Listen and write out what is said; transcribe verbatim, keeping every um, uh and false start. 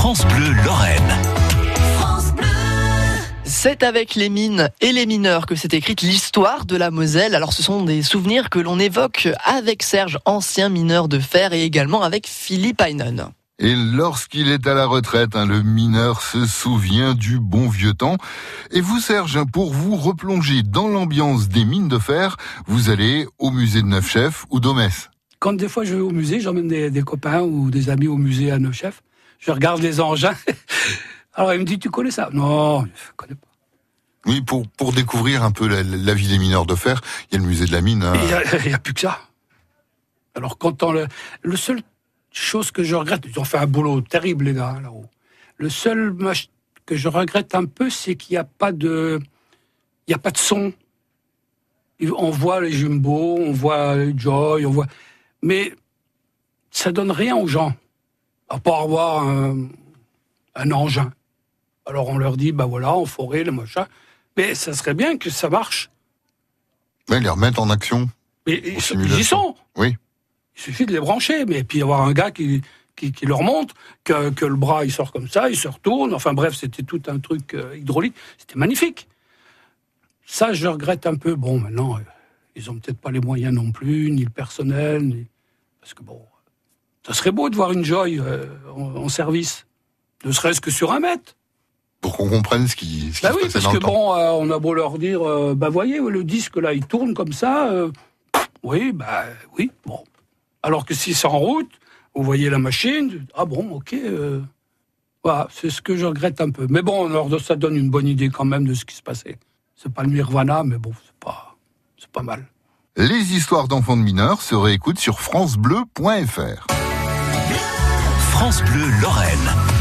France Bleu Lorraine. C'est avec les mines et les mineurs que s'est écrite l'histoire de la Moselle. Alors ce sont des souvenirs que l'on évoque avec Serge, ancien mineur de fer, et également avec Philippe Aynon. Et lorsqu'il est à la retraite, hein, le mineur se souvient du bon vieux temps. Et vous, Serge, pour vous replonger dans l'ambiance des mines de fer, vous allez au musée de Neufchâteau ou d'Omès. Quand des fois je vais au musée, j'emmène des, des copains ou des amis au musée à Neufchâteau. Je regarde les engins. Alors il me dit, tu connais ça? Non, je ne connais pas. Oui, pour, pour découvrir un peu la, la vie des mineurs de fer, il y a le musée de la mine. Hein. Il n'y a, a plus que ça. Alors quand on le, le seul chose que je regrette, ils ont fait un boulot terrible les gars là-haut. Le seul que je regrette un peu, c'est qu'il n'y a pas de, il n'y a pas de son. On voit les Jumbo, on voit les Joy, on voit, mais ça donne rien aux gens, à part avoir un, un engin. Alors on leur dit, bah voilà, en forêt, le machin. Mais ça serait bien que ça marche. Mais les remettre en action. Mais ils y sont. Oui. Il suffit de les brancher, mais puis avoir un gars qui, qui, qui leur montre que, que le bras il sort comme ça, il se retourne. Enfin bref, c'était tout un truc euh, hydraulique. C'était magnifique. Ça, je regrette un peu. Bon, maintenant, euh, ils ont peut-être pas les moyens non plus, ni le personnel, ni... parce que bon, ça serait beau de voir une Joy euh, en, en service, ne serait-ce que sur un mètre. Pour qu'on comprenne ce qui, ce qui bah se oui, passait parce dans que le temps. bon, euh, on a beau leur dire, euh, bah voyez, le disque là, il tourne comme ça. Euh, oui, bah oui, bon. Alors que si c'est en route, vous voyez la machine, ah bon, ok. Euh, voilà, c'est ce que je regrette un peu. Mais bon, alors, ça donne une bonne idée quand même de ce qui se passait. C'est pas le Nirvana, mais bon, c'est pas, c'est pas mal. Les histoires d'enfants de mineurs se réécoutent sur francebleu point f r. France Bleu Lorraine.